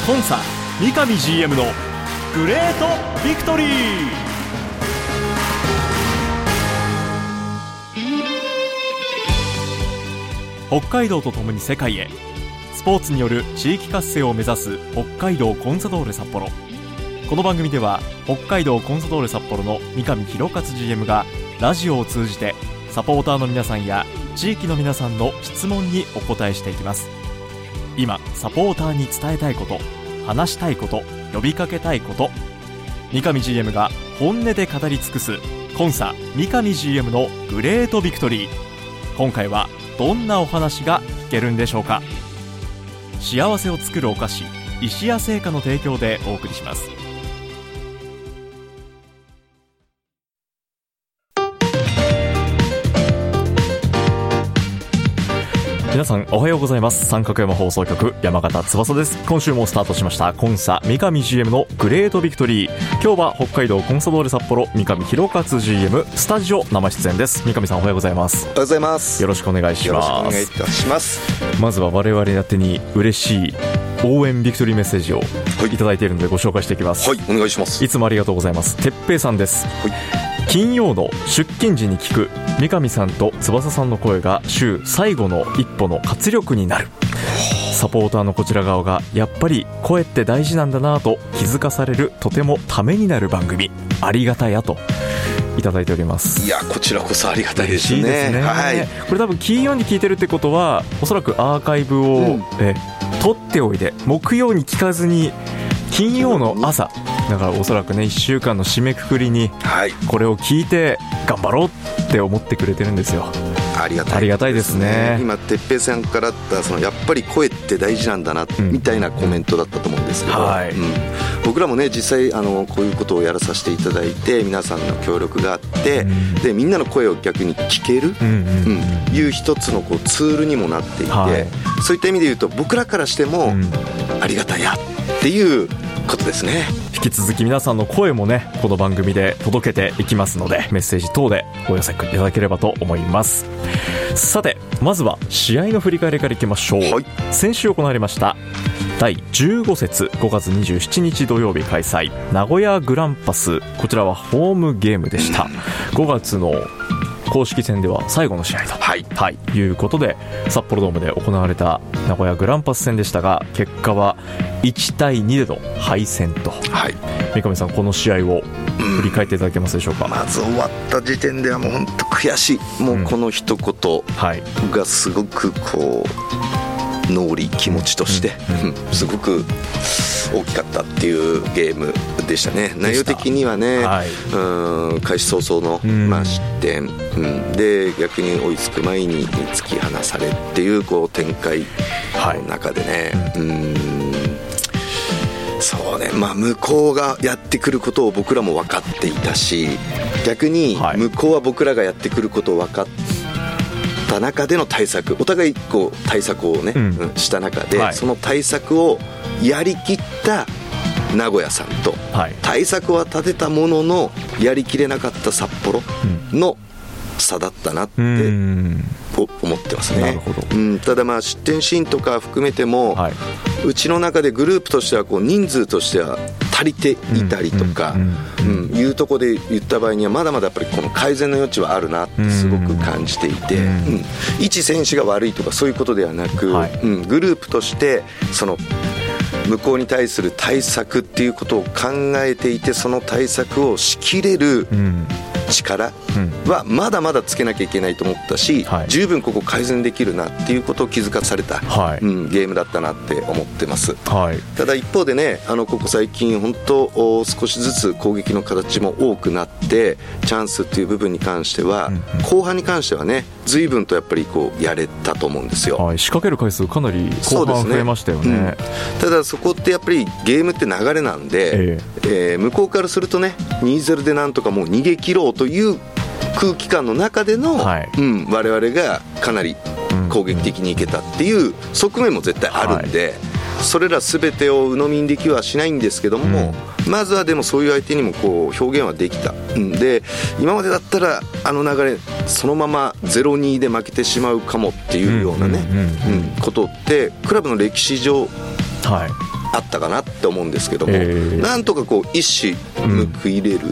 コンサ三上 GM のグレートビクトリー。北海道とともに世界へ、スポーツによる地域活性を目指す北海道コンサドーレ札幌。この番組では北海道コンサドーレ札幌の三上弘勝 GM がラジオを通じてサポーターの皆さんや地域の皆さんの質問にお答えしていきます。今サポーターに伝えたいこと、話したいこと、呼びかけたいこと、三上 GM が本音で語り尽くすコンサ三上 GM のグレートビクトリー。今回はどんなお話が聞けるんでしょうか。幸せを作るお菓子、石屋製菓の提供でお送りします。皆さんおはようございます。三角山放送局山形翼です。今週もスタートしましたコンサ三上 GM のグレートビクトリー。今日は北海道コンサドーレ札幌三上弘勝 GM スタジオ生出演です。三上さんおはようございます。 おはようございます。 よろしくお願いします。 よろしくお願いいたします。 まずは我々宛てに嬉しい応援ビクトリーメッセージをいただいているのでご紹介していきます。 はい、お願いします。 いつもありがとうございます。てっぺいさんです。はい、金曜の出勤時に聞く三上さんと翼さんの声が週最後の一歩の活力になる。サポーターのこちら側がやっぱり声って大事なんだなと気づかされる、とてもためになる番組、ありがたやといただいております。 いや、こちらこそありがたいですね。 嬉しいですね。はい、これ多分金曜に聞いてるってことはおそらくアーカイブを、取っておいて木曜に聞かずに金曜の朝だから、おそらくね1週間の締めくくりにこれを聞いて頑張ろうって思ってくれてるんですよ。 ありがたいですね。今てっぺいさんからあったそのやっぱり声って大事なんだな、みたいなコメントだったと思うんですけど、僕らもね実際こういうことをやらさせていただいて皆さんの協力があって、でみんなの声を逆に聞ける、いう一つのこうツールにもなっていて、そういった意味で言うと僕らからしても、ありがたやっていうことですね。 引き続き皆さんの声もねこの番組で届けていきますので、メッセージ等でお寄せいただければと思います。さてまずは試合の振り返りからいきましょう。先週行われました第15節5月27日土曜日開催名古屋グランパス、こちらはホームゲームでした。5月の公式戦では最後の試合と、いうことで札幌ドームで行われた名古屋グランパス戦でしたが、結果は1対2での敗戦と。三上さん、この試合を振り返っていただけますでしょうか。 まず終わった時点ではもう本当悔しい、もうこの一言がすごくこう脳裏気持ちとしてすごく大きかったっていうゲームでしたね。内容的にはね、開始早々の、失点、で逆に追いつく前に突き放されっていう、こう展開の中でね、そうね、向こうがやってくることを僕らも分かっていたし、逆に向こうは僕らがやってくることを分かった中での対策、お互いこう対策をね、した中で、その対策をやりきった名古屋さんと、対策は立てたもののやりきれなかった札幌の差だったなって思ってますね。なるほど。ただ失点シーンとか含めても、うちの中でグループとしてはこう人数としては足りていたりとかいうところで言った場合にはまだまだやっぱりこの改善の余地はあるなってすごく感じていて、一選手が悪いとかそういうことではなく、グループとしてその向こうに対する対策っていうことを考えていて、その対策をしきれる力はまだまだつけなきゃいけないと思ったし、十分ここ改善できるなっていうことを気づかされた、ゲームだったなって思ってます。ただ一方でね、ここ最近本当少しずつ攻撃の形も多くなってチャンスっていう部分に関しては、後半に関してはね随分とやっぱりこうやれたと思うんですよ。 仕掛ける回数かなり後半増えましたよね。 ただそこってやっぱりゲームって流れなんで、向こうからするとね 2-0 でなんとかもう逃げ切ろうという空気感の中での、我々がかなり攻撃的にいけたっていう側面も絶対あるんで、それら全てを鵜呑みにできはしないんですけども、まずはでもそういう相手にもこう表現はできた。で今までだったら流れそのまま 0-2 で負けてしまうかもっていうようなね、ことってクラブの歴史上、 あったかなって思うんですけども、なんとかこう一矢報いれる、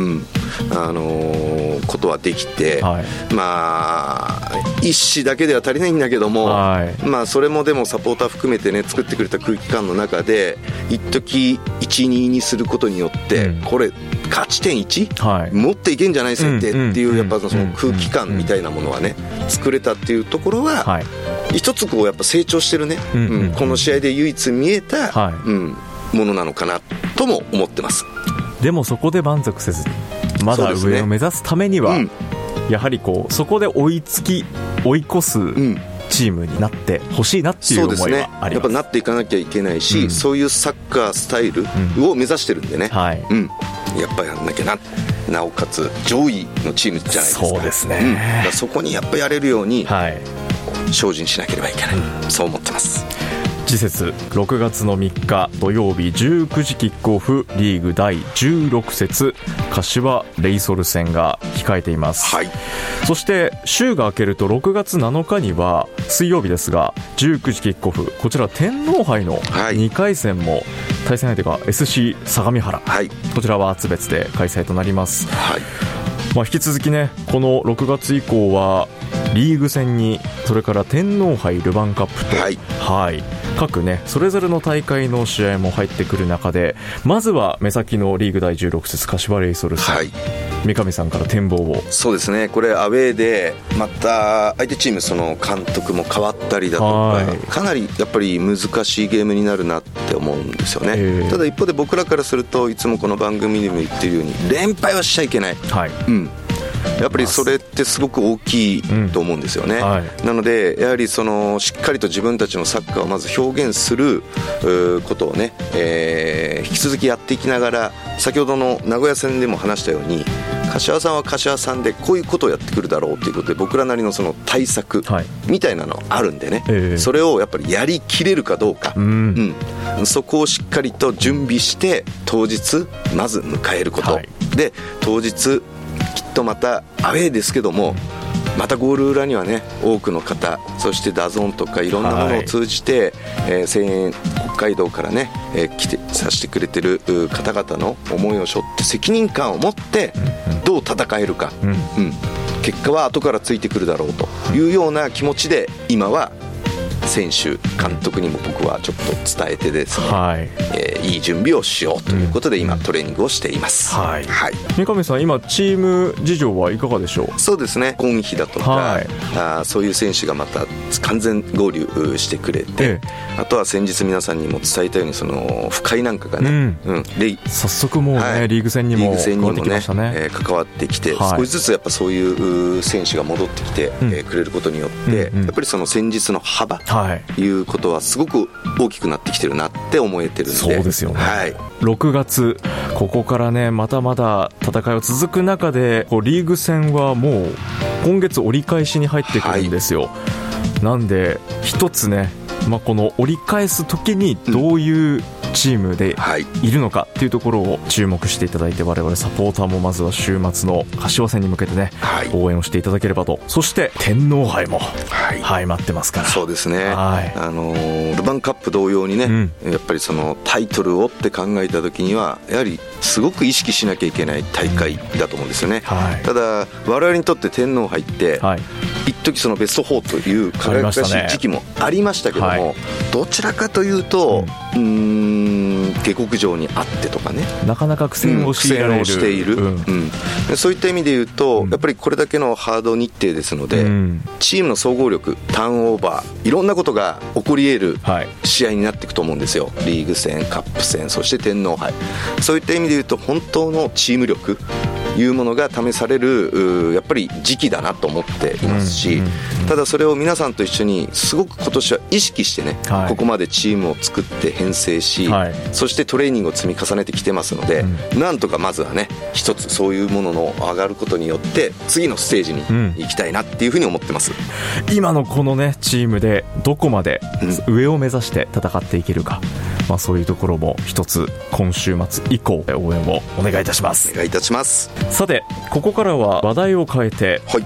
ことはできて、まあ一矢だけでは足りないんだけども、まあそれもでもサポーター含めてね作ってくれた空気感の中で一時 1-2 にすることによって、これ勝ち点 1、持っていけんじゃない設定っていう、やっぱその空気感みたいなものはね作れたっていうところは、一つこうやっぱ成長してるね、この試合で唯一見えた、ものなのかなとも思ってます。 でもそこで満足せずにまだ上を目指すためには、やはりこうそこで追い越すチームになってほしいなっていう思いはあります。そうですね、やっぱなっていかなきゃいけないし、そういうサッカースタイルを目指してるんでね、やっぱりやんなきゃなおかつ上位のチームじゃないですか。そうですね、だそこにやっぱやれるように精進しなければいけない、そう思ってます。次節6月の3日土曜日19時キックオフ、リーグ第16節柏レイソル戦が控えています、そして週が明けると6月7日には水曜日ですが19時キックオフ、こちら天皇杯の2回戦も対戦相手が SC 相模原、こちらは津別で開催となります、まあ、引き続きねこの6月以降はリーグ戦にそれから天皇杯ルヴァンカップと、各ねそれぞれの大会の試合も入ってくる中で、まずは目先のリーグ第16節柏レイソル戦、三上さんから展望を。 そうですね、これアウェーでまた相手チームその監督も変わったりだとか、かなりやっぱり難しいゲームになるなって思うんですよね。ただ一方で僕らからするといつもこの番組でも言ってるように連敗はしちゃいけない、やっぱりそれってすごく大きいと思うんですよね、なのでやはりそのしっかりと自分たちのサッカーをまず表現することをね、引き続きやっていきながら、先ほどの名古屋戦でも話したように柏さんは柏さんでこういうことをやってくるだろうということで、僕らなりのその対策みたいなのあるんでね、それをやっぱりやりきれるかどうか、そこをしっかりと準備して当日まず迎えること、で当日きっとまたアウェーですけども、またゴール裏にはね多くの方、そしてダゾーンとかいろんなものを通じて、声援北海道からね、来てさせてくれてる方々の思いを背負って責任感を持ってどう戦えるか、結果は後からついてくるだろうというような気持ちで今は選手監督にも僕はちょっと伝えてですね、いい準備をしようということで今トレーニングをしています、 三上さん、今チーム事情はいかがでしょう。 そうですね、今季だとか、そういう選手がまた完全合流してくれて、あとは先日皆さんにも伝えたようにその深井なんかがね、 早速もうね、リーグ戦にも関わってきましたね、 関わってきて、少しずつやっぱそういう選手が戻ってきてくれることによって、やっぱりその戦術の幅いうことはすごく大きくなってきてるなって思えてるんで。 そうですよね、6月ここからねまだまだ戦いは続く中で、リーグ戦はもう今月折り返しに入ってくるんですよ、なんで一つね、この折り返す時にどういうチームでいるのかっていうところを注目していただいて、我々サポーターもまずは週末の柏戦に向けてね、応援をしていただければと。そして天皇杯も、待ってますから。 そうですね、ルヴァンカップ同様にね、やっぱりそのタイトルをって考えた時にはやはりすごく意識しなきゃいけない大会だと思うんですよね、ただ我々にとって天皇杯って、一時そのベスト4という輝かしい時期もありましたけども、どちらかというと下克上にあってとかね、 なかなか苦戦を強いられる、 している、そういった意味で言うと、やっぱりこれだけのハード日程ですので、チームの総合力、ターンオーバー、いろんなことが起こり得る試合になっていくと思うんですよ、リーグ戦、カップ戦、そして天皇杯。そういった意味で言うと本当のチーム力いうものが試されるやっぱり時期だなと思っていますし、ただそれを皆さんと一緒にすごく今年は意識してね、ここまでチームを作って編成し、そしてトレーニングを積み重ねてきてますので、なんとかまずはね一つそういうものの上がることによって次のステージに行きたいなっていうふうに思ってます、 今のこのねチームでどこまで上を目指して戦っていけるか、そういうところも一つ今週末以降応援をお願いいたします。 お願いいたします。 さてここからは話題を変えて、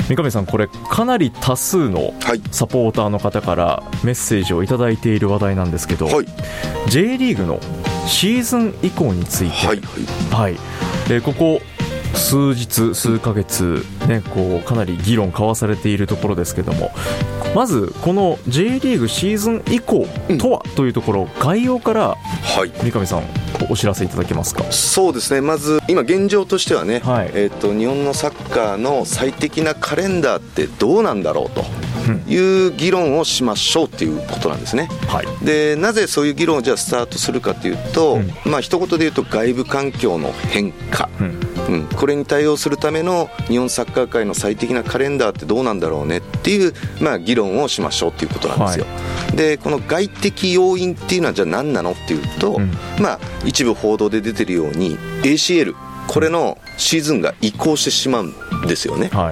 三上さん、これかなり多数のサポーターの方からメッセージをいただいている話題なんですけど、はい、J リーグのシーズン以降について、はいはいはい、ここ数日数ヶ月、ね、こうかなり議論交わされているところですけども、まずこの J リーグシーズン以降とはというところ、概要から三上さんお知らせいただけますか。 そうですね、まず今現状としてはね、はい、日本のサッカーの最適なカレンダーってどうなんだろうという議論をしましょうっていうことなんですね、はい、でなぜそういう議論をじゃあスタートするかというと、まあ一言で言うと外部環境の変化、これに対応するための日本サッカー界の最適なカレンダーってどうなんだろうねっていう、まあ、議論をしましょうっていうことなんですよ、はい、でこの外的要因っていうのはじゃあ何なのっていうと、まあ、一部報道で出てるように ACL これのシーズンが移行してしまうんですよね、はい、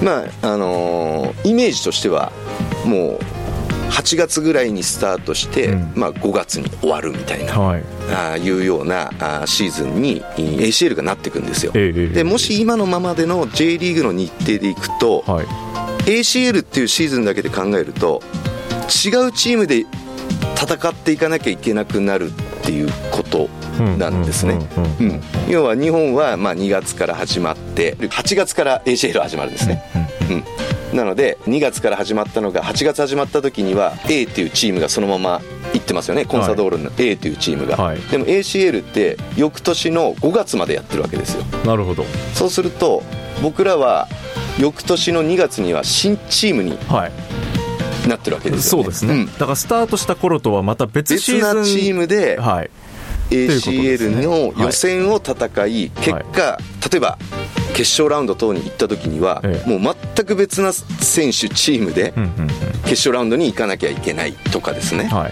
まあイメージとしてはもう8月ぐらいにスタートして、まあ、5月に終わるみたいな、はい、いうようなシーズンに ACL がなっていくんですよ、でもし今のままでの J リーグの日程でいくと、はい、ACL っていうシーズンだけで考えると違うチームで戦っていかなきゃいけなくなるっていうことなんですね。要は日本はまあ2月から始まって8月から ACL 始まるんですね、なので2月から始まったのが8月始まった時には A というチームがそのまま行ってますよね、コンサドールの A というチームが、はい、でも ACL って翌年の5月までやってるわけですよ。 なるほど。 そうすると僕らは翌年の2月には新チームに、はいなってるわけですよね。 そうですね、だからスタートした頃とはまた別シーズン、 別なチームで、はい、ACL の予選を戦い、結果、例えば決勝ラウンド等に行った時には、もう全く別な選手チームで決勝ラウンドに行かなきゃいけないとかですね、はい、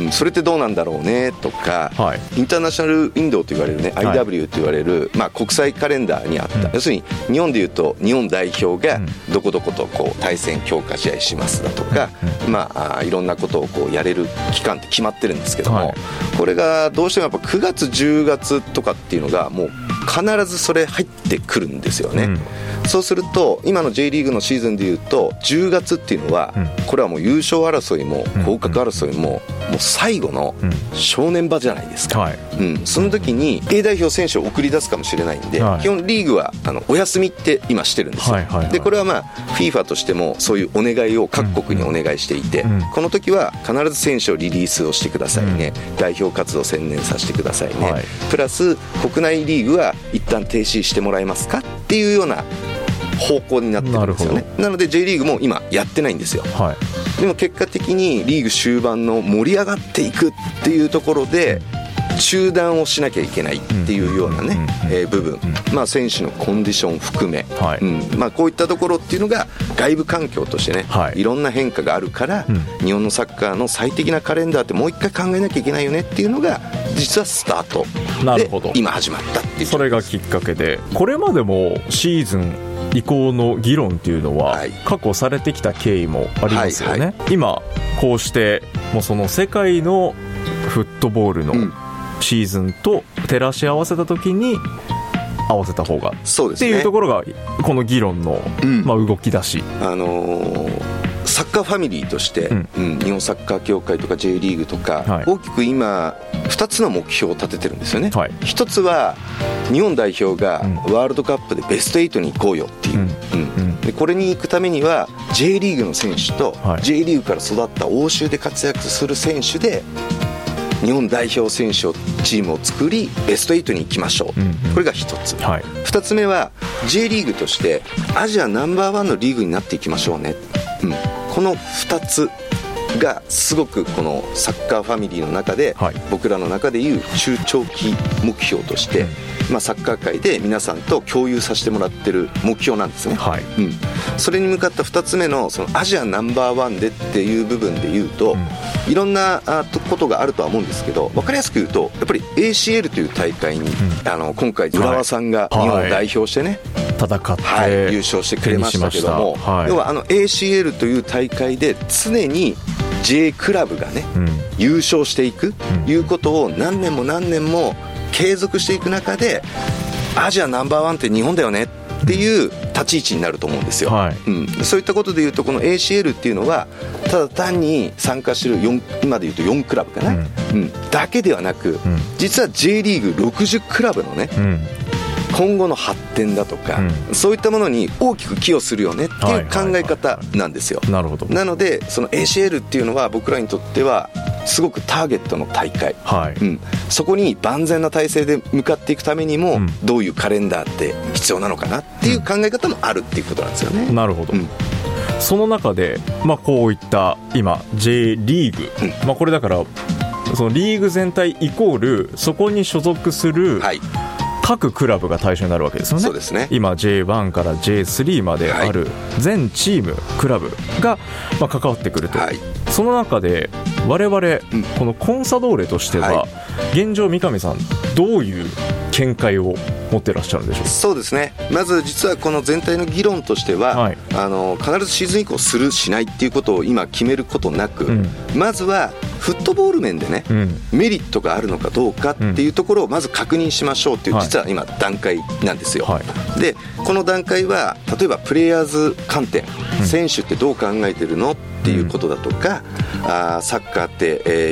それってどうなんだろうねとか、はい、インターナショナルウィンドウと言われるね、IW と言われる、まあ、国際カレンダーにあった、要するに日本でいうと日本代表がどこどことこう対戦強化試合しますだとか、まあ、いろんなことをこうやれる期間って決まってるんですけども、はい、これがどうしてもやっぱ9月10月とかっていうのがもう必ずそれ入ってくるんですよね、そうすると今の J リーグのシーズンでいうと10月っていうのは、これはもう優勝争いも降格争いも、もう最後の正念場じゃないですか、その時に A 代表選手を送り出すかもしれないんで、基本リーグはお休みって今してるんですよ、でこれはまあ FIFA としてもそういうお願いを各国にお願いしていて、この時は必ず選手をリリースをしてくださいね、代表活動を専念させてくださいね、プラス国内リーグは一旦停止してもらえますかっていうような方向になってるんですよね。なので J リーグも今やってないんですよ、はい、でも結果的にリーグ終盤の盛り上がっていくっていうところで中断をしなきゃいけないっていうようなね、部分、まあ、選手のコンディション含め、はい、まあ、こういったところっていうのが外部環境としてね、はい、いろんな変化があるから、日本のサッカーの最適なカレンダーってもう一回考えなきゃいけないよねっていうのが実はスタートで今始まったっていう。 それがきっかけで、これまでもシーズン移行の議論っていうのは過去されてきた経緯もありますよね、はいはい、今こうしてもうその世界のフットボールのシーズンと照らし合わせた時に合わせた方がっていうところがこの議論の、まあ、動き出し、 サッカーファミリーとして、日本サッカー協会とか J リーグとか、はい、大きく今2つの目標を立ててるんですよね、はい、1つは日本代表がワールドカップでベスト8に行こうよっていう、でこれに行くためには J リーグの選手と J リーグから育った欧州で活躍する選手で日本代表選手をチームを作りベスト8に行きましょう、これが1つ、はい、2つ目は J リーグとしてアジアナンバー1のリーグになっていきましょうね、この2つがすごくこのサッカーファミリーの中で、はい、僕らの中でいう中長期目標として、まあ、サッカー界で皆さんと共有させてもらってる目標なんですね、はい、それに向かった2つ目の、 そのアジアナンバーワンでっていう部分で言うと、いろんなことがあるとは思うんですけど、分かりやすく言うとやっぱり ACL という大会に、今回浦和さんが日本を代表してね、 戦って、 はい、優勝してくれましたけども、要はACL という大会で常に J クラブがね、優勝していく、いうことを何年も何年も継続していく中で、アジアナンバーワンって日本だよねっっていう立ち位置になると思うんですよ、そういったことでいうとこの ACL っていうのはただ単に参加してる今でいうと4クラブかな、だけではなく、実は J リーグ60クラブのね、今後の発展だとか、そういったものに大きく寄与するよねっていう考え方なんですよ。なのでその ACL っていうのは僕らにとってはすごくターゲットの大会、そこに万全な体制で向かっていくためにも、どういうカレンダーって必要なのかなっていう考え方もあるっていうことなんですよね。 なるほど、その中で、こういった今 J リーグ、これだからそのリーグ全体イコールそこに所属する、各クラブが対象になるわけですよね。 そうですね。 今 J1 から J3 まである全チーム、クラブが関わってくると、その中で我々、このコンサドーレとしては、現状三上さんどういう見解を持ってらっしゃるんでしょうか。 そうですね、まず実はこの全体の議論としては、必ずシーズン以降するしないっていうことを今決めることなく、まずはフットボール面でね、メリットがあるのかどうかっていうところをまず確認しましょうっていう、実は今段階なんですよ、でこの段階は例えばプレイヤーズ観点、選手ってどう考えてるのっていうことだとか、サッカーって、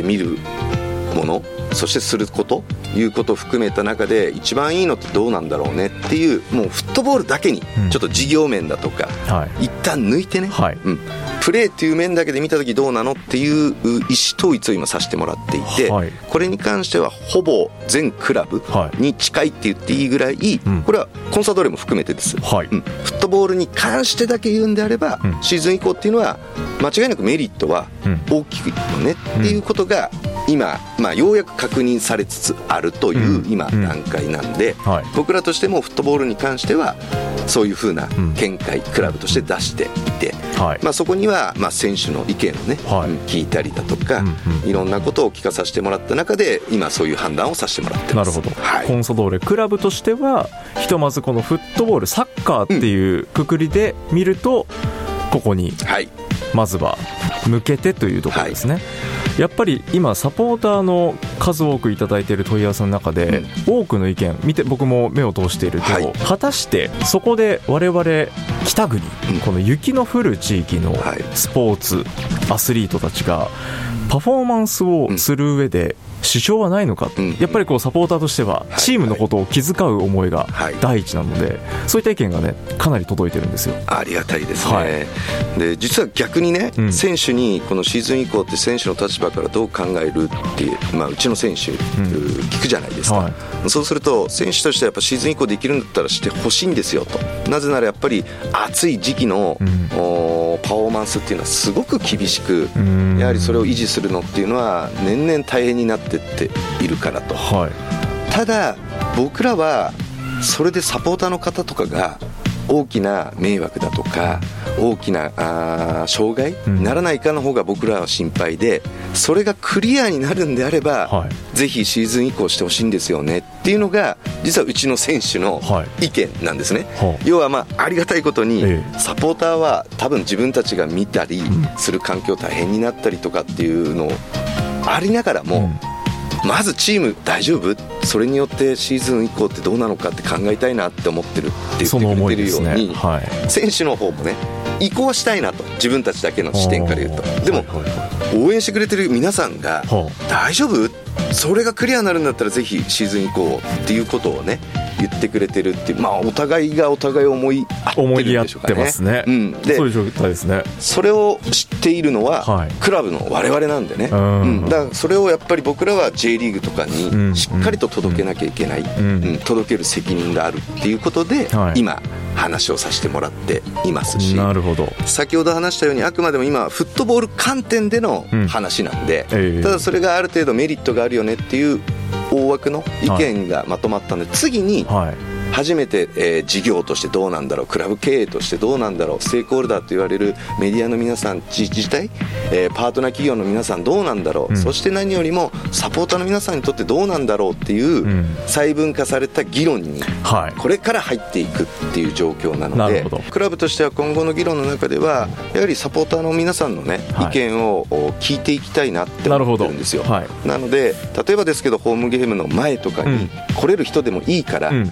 見るもの、そしてするこということを含めた中で一番いいのってどうなんだろうねっていう、もうフットボールだけにちょっと事業面だとか、一旦抜いてね、プレーっていう面だけで見たときどうなのっていう意思統一を今させてもらっていて、これに関してはほぼ全クラブに近いって言っていいぐらい、これはコンサドーレも含めてです、フットボールに関してだけ言うんであれば、シーズン以降っていうのは間違いなくメリットは大きいよねっていうことが今、ようやく確認されつつあるという今段階なんで、僕らとしてもフットボールに関してはそういう風な見解、クラブとして出していて、そこには選手の意見をね、聞いたりだとか、いろんなことを聞かさせてもらった中で今そういう判断をさせてもらってます。 なるほど、コンサドーレクラブとしてはひとまずこのフットボール、サッカーっていうくくりで見ると、ここにまずは向けてというところですね。やっぱり今サポーターの数多くいただいている問い合わせの中で、多くの意見見て僕も目を通していると、果たしてそこで我々北国、この雪の降る地域のスポーツアスリートたちがパフォーマンスをする上で支障はないのか、やっぱりこうサポーターとしてはチームのことを気遣う思いが第一なので、そういった意見がねかなり届いてるんですよ。 ありがたいですね、で実は逆にね、選手にこのシーズン以降って選手の立場からどう考えるって、うちの選手、聞くじゃないですか、そうすると選手としてはやっぱシーズン以降できるんだったらしてほしいんですよと。なぜならやっぱり暑い時期の、パフォーマンスっていうのはすごく厳しく、やはりそれを維持するのっていうのは年々大変になってっているからと、ただ僕らはそれでサポーターの方とかが大きな迷惑だとか大きな障害にならないかの方が僕らは心配で、それがクリアになるんであれば、ぜひシーズン以降してほしいんですよねっていうのが実はうちの選手の意見なんですね、要はありがたいことに、サポーターは多分自分たちが見たりする環境大変になったりとかっていうのありながらも、まずチーム大丈夫、それによってシーズン以降ってどうなのかって考えたいなって思ってるって言ってくれてるように、選手の方もね移行したいなと、自分たちだけの視点から言うと。でも応援してくれてる皆さんが大丈夫、それがクリアになるんだったらぜひシーズン以降っていうことをね言ってくれてるっていう、お互いがお互い思い合ってるんでしょうかね。 思い合ってますね、でそういう状態ですね。 それを知っているのは、クラブの我々なんでね、だからそれをやっぱり僕らは J リーグとかにしっかりと届けなきゃいけない、届ける責任があるっていうことで、今話をさせてもらっていますし、 なるほど。 先ほど話したようにあくまでも今フットボール観点での話なんで、ただそれがある程度メリットがあるよねっていう大枠の意見がまとまったので、次に初めて、事業としてどうなんだろう、クラブ経営としてどうなんだろう、ステークホルダーと言われるメディアの皆さん、自治体、パートナー企業の皆さんどうなんだろう、そして何よりもサポーターの皆さんにとってどうなんだろうっていう細分化された議論にこれから入っていくっていう状況なので、クラブとしては今後の議論の中ではやはりサポーターの皆さんのね、意見を聞いていきたいなって思ってるんですよ。なので例えばですけどホームゲームの前とかに来れる人でもいいから早めに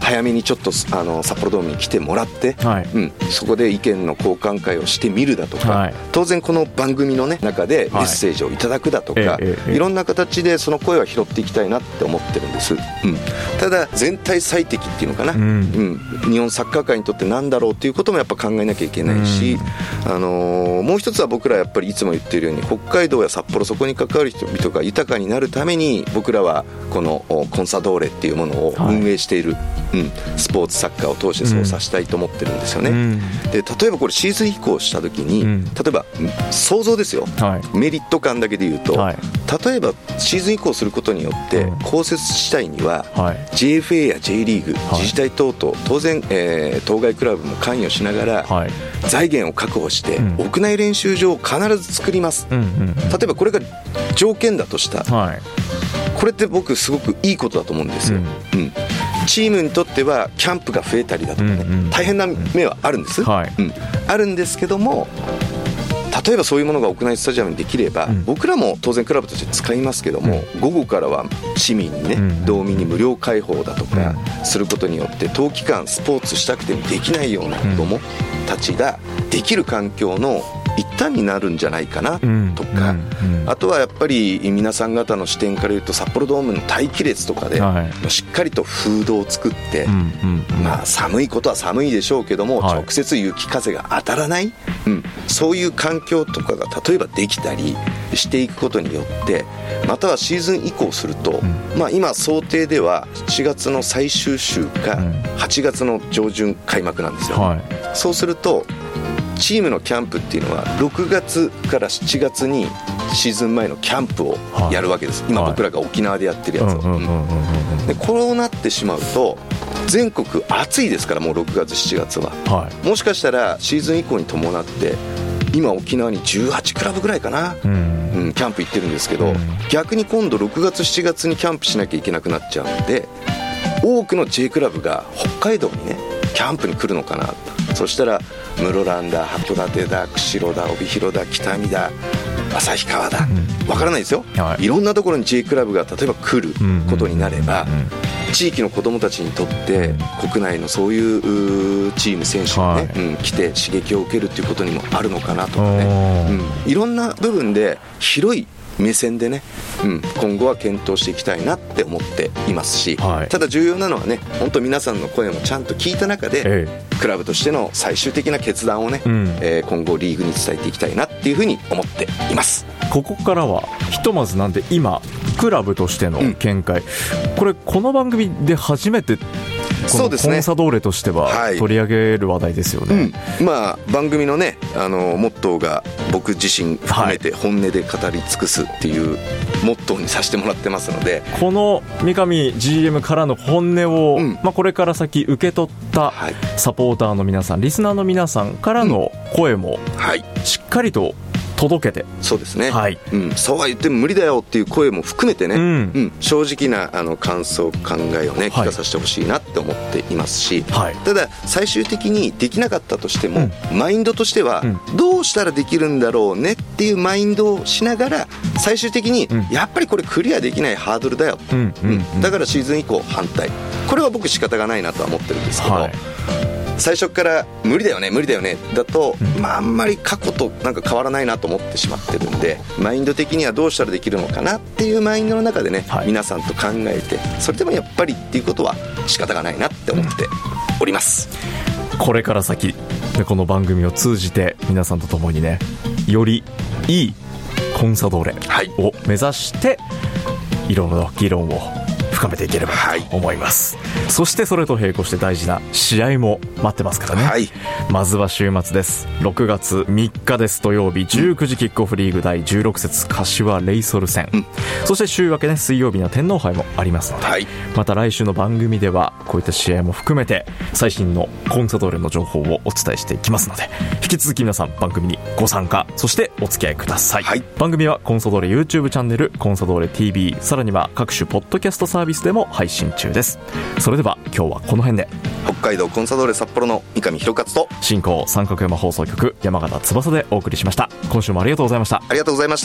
ちょっと札幌ドームに来てもらって、 はい、 そこで意見の交換会をしてみるだとか、はい、当然この番組の、ね、中でメッセージをいただくだとか、いろんな形でその声は拾っていきたいなって思ってるんです、ただ全体最適っていうのかな、日本サッカー界にとって何だろうっていうこともやっぱ考えなきゃいけないし、もう一つは僕らやっぱりいつも言っているように北海道や札幌、そこに関わる人々が豊かになるために僕らはこのコンサドーレっていうものを運営している、スポーツサッカーを通してそうさせたいと思ってるんですよね、で例えばこれシーズン移行した時に、例えば想像ですよ、メリット感だけで言うと、例えばシーズン移行することによって公設地帯には JFA や J リーグ、自治体等々当然、当該クラブも関与しながら、財源を確保して、屋内練習場を必ず作ります、例えばこれが条件だとした、これって僕すごくいいことだと思うんですよ、チームにとってはキャンプが増えたりだとかね、大変な面はあるんです、あるんですけども、例えばそういうものが屋内スタジアムにできれば、僕らも当然クラブとして使いますけども、午後からは市民にね、道民に無料開放だとかすることによって、冬期間スポーツしたくてもできないような子どもたちができる環境の一端になるんじゃないかなとか、あとはやっぱり皆さん方の視点から言うと、札幌ドームの待機列とかで、しっかりとフードを作って、寒いことは寒いでしょうけども、直接雪風が当たらない、そういう環境とかが例えばできたりしていくことによって、またはシーズン移行すると、今想定では7月の最終週か8月の上旬開幕なんですよ、そうするとチームのキャンプっていうのは6月から7月にシーズン前のキャンプをやるわけです、今僕らが沖縄でやってるやつを、でこうなってしまうと全国暑いですから、もう6月7月は、もしかしたらシーズン以降に伴って今沖縄に18クラブぐらいかな、キャンプ行ってるんですけど、逆に今度6月7月にキャンプしなきゃいけなくなっちゃうので、多くの J クラブが北海道にねキャンプに来るのかなと。そしたら室蘭だ、函館だ、釧路だ、帯広だ、北見だ、旭川だ、わからないですよ、いろんなところに J クラブが例えば来ることになれば、地域の子どもたちにとって国内のそういうチーム選手にね、来て刺激を受けるということにもあるのかなとかね、いろんな部分で広い目線でね、今後は検討していきたいなって思っていますし、ただ重要なのはね、本当皆さんの声もちゃんと聞いた中で、クラブとしての最終的な決断をね、今後リーグに伝えていきたいなっていうふうに思っています。 ここからはひとまずなんで今クラブとしての見解、これこの番組で初めてこのコンサドーレとしては取り上げる話題ですよね、 番組のねモットーが僕自身含めて本音で語り尽くすっていうモットーにさせてもらってますので、 この三上 GM からの本音を、これから先受け取ったサポーターの皆さん、リスナーの皆さんからの声もしっかりと届けて、 そうですね、そうは言っても無理だよっていう声も含めてね、正直な感想考えをね聞かさせてほしいなって思っていますし、ただ最終的にできなかったとしても、マインドとしてはどうしたらできるんだろうねっていうマインドをしながら、最終的にやっぱりこれクリアできないハードルだよ、だからシーズン以降反対、これは僕仕方がないなとは思ってるんですけど、最初から無理だよね無理だよねだと、あんまり過去となんか変わらないなと思ってしまってるんで、マインド的にはどうしたらできるのかなっていうマインドの中でね、皆さんと考えて、それでもやっぱりっていうことは仕方がないなって思っております、 これから先この番組を通じて皆さんと共にね、よりいいコンサドーレを目指していろいろな議論を深めていければと思います、そしてそれと並行して大事な試合も待ってますからね、まずは週末です。6月3日です。土曜日19時キックオフリーグ第16節柏レイソル戦、そして週明けね、水曜日には天皇杯もありますので、また来週の番組ではこういった試合も含めて最新のコンサドーレの情報をお伝えしていきますので、引き続き皆さん番組にご参加、そしてお付き合いください、番組はコンサドーレ YouTube チャンネル、コンサドーレ TV、 さらには各種ポッドキャストサービスでも配信中です。それでは今日はこの辺で。 北海道コンサドーレ札幌の三上弘勝と進行三角山放送局山形翼でお送りしました。今週もありがとうございました。 ありがとうございました。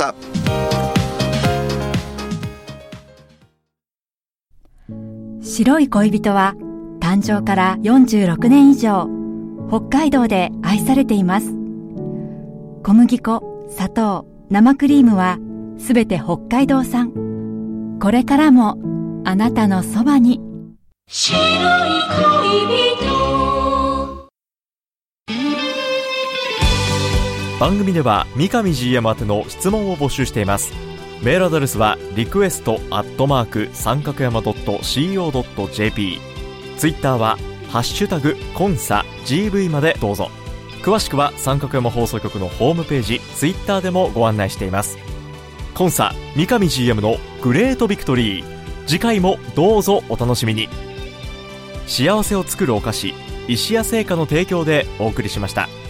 白い恋人は誕生から46年以上、北海道で愛されています。小麦粉、砂糖、生クリームはすべて北海道産。これからもあなたのそばに。白い恋人。 番組では三上 GM 宛ての質問を募集しています。メールアドレスはrequest@sankakuyanama.co.jp、 ツイッターはハッシュタグコンサ GV までどうぞ。詳しくは三角山放送局のホームページ、ツイッターでもご案内しています。コンサ三上 GM のグレートビクトリー、次回もどうぞお楽しみに。幸せを作るお菓子、石屋製菓の提供でお送りしました。